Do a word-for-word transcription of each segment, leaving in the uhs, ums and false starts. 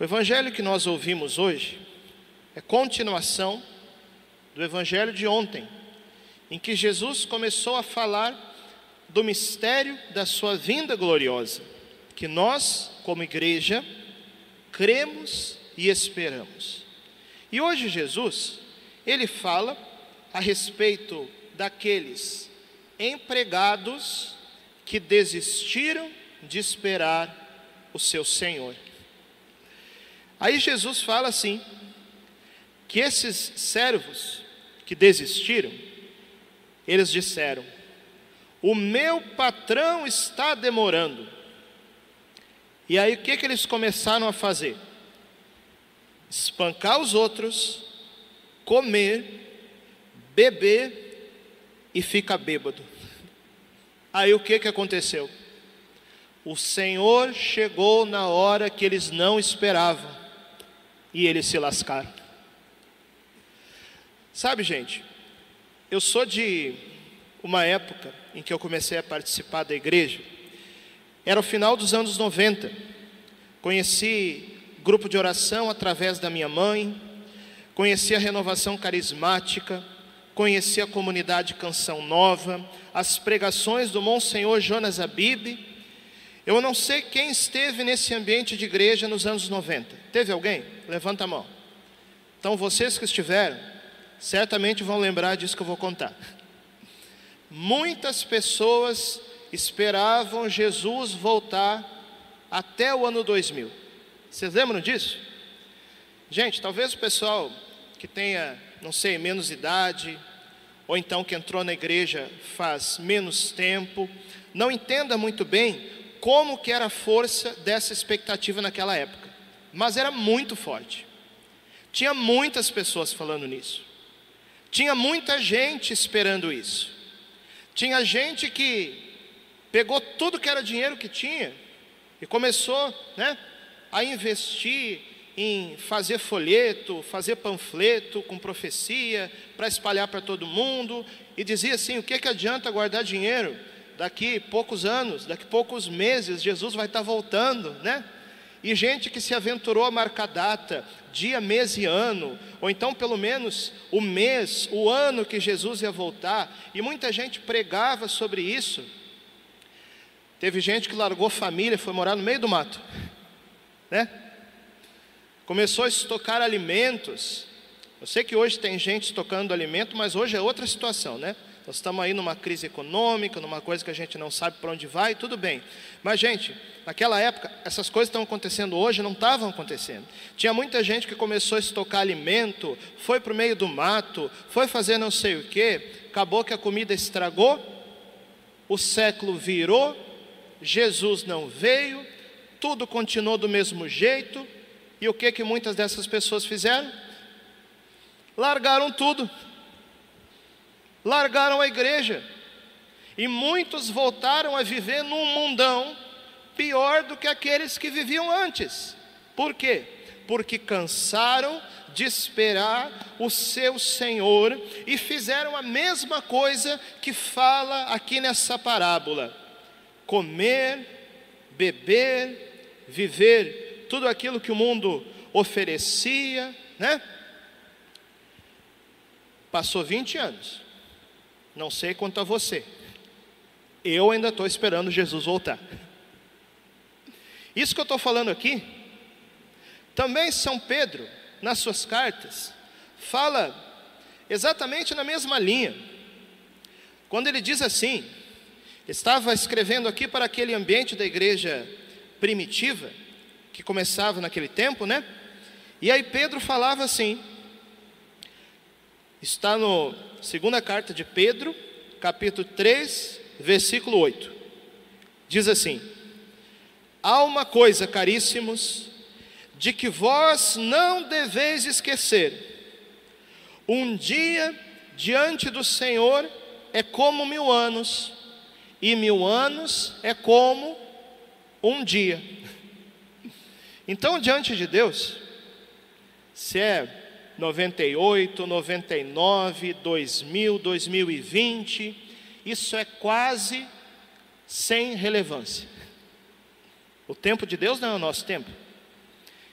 O evangelho que nós ouvimos hoje é continuação do evangelho de ontem, em que Jesus começou a falar do mistério da sua vinda gloriosa, que nós, como igreja, cremos e esperamos. E hoje Jesus, ele fala a respeito daqueles empregados que desistiram de esperar o seu Senhor. Aí Jesus fala assim, que esses servos que desistiram, eles disseram: o meu patrão está demorando. E aí o que que eles começaram a fazer? Espancar os outros, comer, beber e ficar bêbado. Aí o que que aconteceu? O Senhor chegou na hora que eles não esperavam e eles se lascaram. Sabe, gente, eu sou de uma época em que eu comecei a participar da igreja. Era o final dos anos noventa. Conheci grupo de oração através da minha mãe, conheci a renovação carismática, conheci a comunidade Canção Nova, as pregações do Monsenhor Jonas Abib. Eu não sei quem esteve nesse ambiente de igreja nos anos noventa. Teve alguém? Levanta a mão. Então vocês que estiveram, certamente vão lembrar disso que eu vou contar. Muitas pessoas esperavam Jesus voltar até o ano dois mil. Vocês lembram disso? Gente, talvez o pessoal que tenha, não sei, menos idade, ou então que entrou na igreja faz menos tempo, não entenda muito bem como que era a força dessa expectativa naquela época. Mas era muito forte. Tinha muitas pessoas falando nisso. Tinha muita gente esperando isso. Tinha gente que pegou tudo que era dinheiro que tinha e começou, né, a investir em fazer folheto, fazer panfleto com profecia para espalhar para todo mundo, e dizia assim: o que que adianta guardar dinheiro? Daqui poucos anos, daqui poucos meses, Jesus vai estar voltando, né? E gente que se aventurou a marcar data, dia, mês e ano, ou então pelo menos o mês, o ano que Jesus ia voltar, e muita gente pregava sobre isso. Teve gente que largou família, foi morar no meio do mato, né? Começou a estocar alimentos. Eu sei que hoje tem gente estocando alimento, mas hoje é outra situação, né? Nós estamos aí numa crise econômica, numa coisa que a gente não sabe para onde vai, tudo bem. Mas, gente, naquela época, essas coisas estão acontecendo hoje, não estavam acontecendo. Tinha muita gente que começou a estocar alimento, foi para o meio do mato, foi fazer não sei o quê, acabou que a comida estragou, o século virou, Jesus não veio, tudo continuou do mesmo jeito, e o que que muitas dessas pessoas fizeram? Largaram tudo. Largaram a igreja, e muitos voltaram a viver num mundão pior do que aqueles que viviam antes. Por quê? Porque cansaram de esperar o seu Senhor e fizeram a mesma coisa que fala aqui nessa parábola: comer, beber, viver tudo aquilo que o mundo oferecia, né? Passou vinte anos. Não sei quanto a você, eu ainda estou esperando Jesus voltar. Isso que eu estou falando aqui, também São Pedro, nas suas cartas, fala exatamente na mesma linha. Quando ele diz assim, estava escrevendo aqui para aquele ambiente da igreja primitiva, que começava naquele tempo, né? E aí Pedro falava assim, está no segunda carta de Pedro, capítulo três, versículo oito. Diz assim: há uma coisa, caríssimos, de que vós não deveis esquecer: um dia diante do Senhor é como mil anos, e mil anos é como um dia. Então, diante de Deus, se é noventa e oito, noventa e nove, dois mil, dois mil e vinte, isso é quase sem relevância. O tempo de Deus não é o nosso tempo.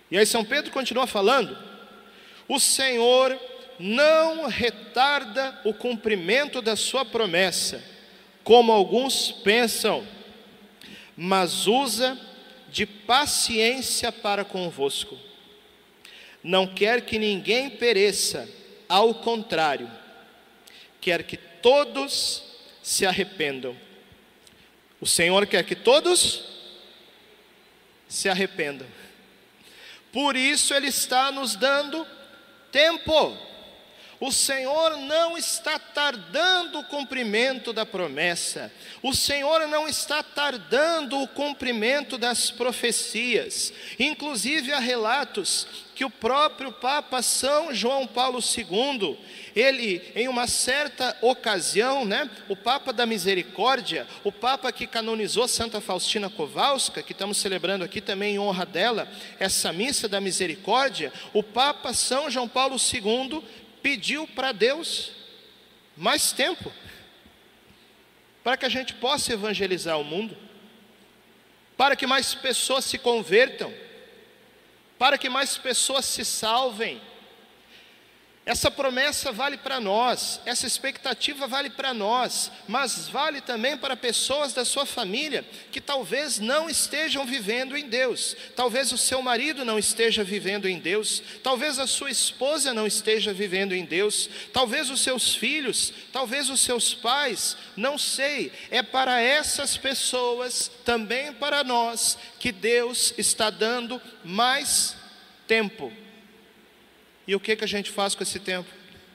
E aí São Pedro continua falando: o Senhor não retarda o cumprimento da sua promessa, como alguns pensam, mas usa de paciência para convosco. Não quer que ninguém pereça, ao contrário, quer que todos se arrependam. O Senhor quer que todos se arrependam. Por isso Ele está nos dando tempo. O Senhor não está tardando o cumprimento da promessa. O Senhor não está tardando o cumprimento das profecias. Inclusive há relatos que o próprio Papa São João Paulo segundo, ele em uma certa ocasião, né, o Papa da Misericórdia, o Papa que canonizou Santa Faustina Kowalska, que estamos celebrando aqui também em honra dela, essa missa da Misericórdia, o Papa São João Paulo segundo pediu para Deus mais tempo, para que a gente possa evangelizar o mundo, para que mais pessoas se convertam, para que mais pessoas se salvem. Essa promessa vale para nós, essa expectativa vale para nós, mas vale também para pessoas da sua família que talvez não estejam vivendo em Deus. Talvez o seu marido não esteja vivendo em Deus, talvez a sua esposa não esteja vivendo em Deus, talvez os seus filhos, talvez os seus pais, não sei. É para essas pessoas, também para nós, que Deus está dando mais tempo. E o que, que a gente faz com esse tempo?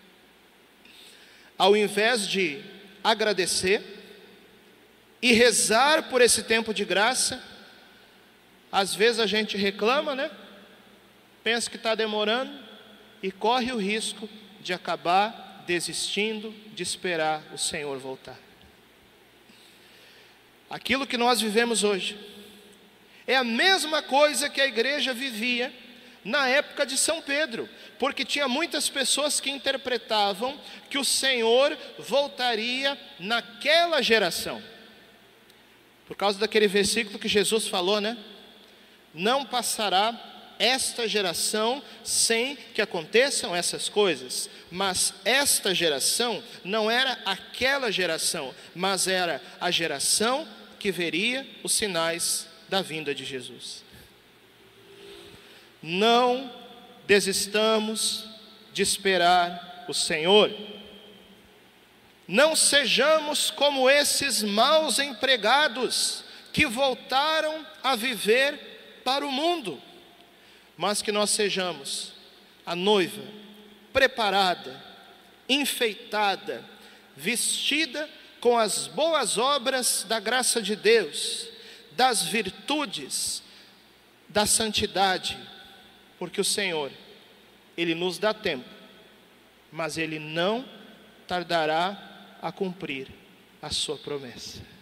Ao invés de agradecer e rezar por esse tempo de graça, às vezes a gente reclama, né? Pensa que está demorando e corre o risco de acabar desistindo de esperar o Senhor voltar. Aquilo que nós vivemos hoje é a mesma coisa que a igreja vivia na época de São Pedro, porque tinha muitas pessoas que interpretavam que o Senhor voltaria naquela geração, por causa daquele versículo que Jesus falou, né? Não passará esta geração sem que aconteçam essas coisas. Mas esta geração não era aquela geração, mas era a geração que veria os sinais da vinda de Jesus. Não desistamos de esperar o Senhor. Não sejamos como esses maus empregados que voltaram a viver para o mundo, mas que nós sejamos a noiva preparada, enfeitada, vestida com as boas obras da graça de Deus, das virtudes, da santidade, porque o Senhor, Ele nos dá tempo, mas Ele não tardará a cumprir a sua promessa.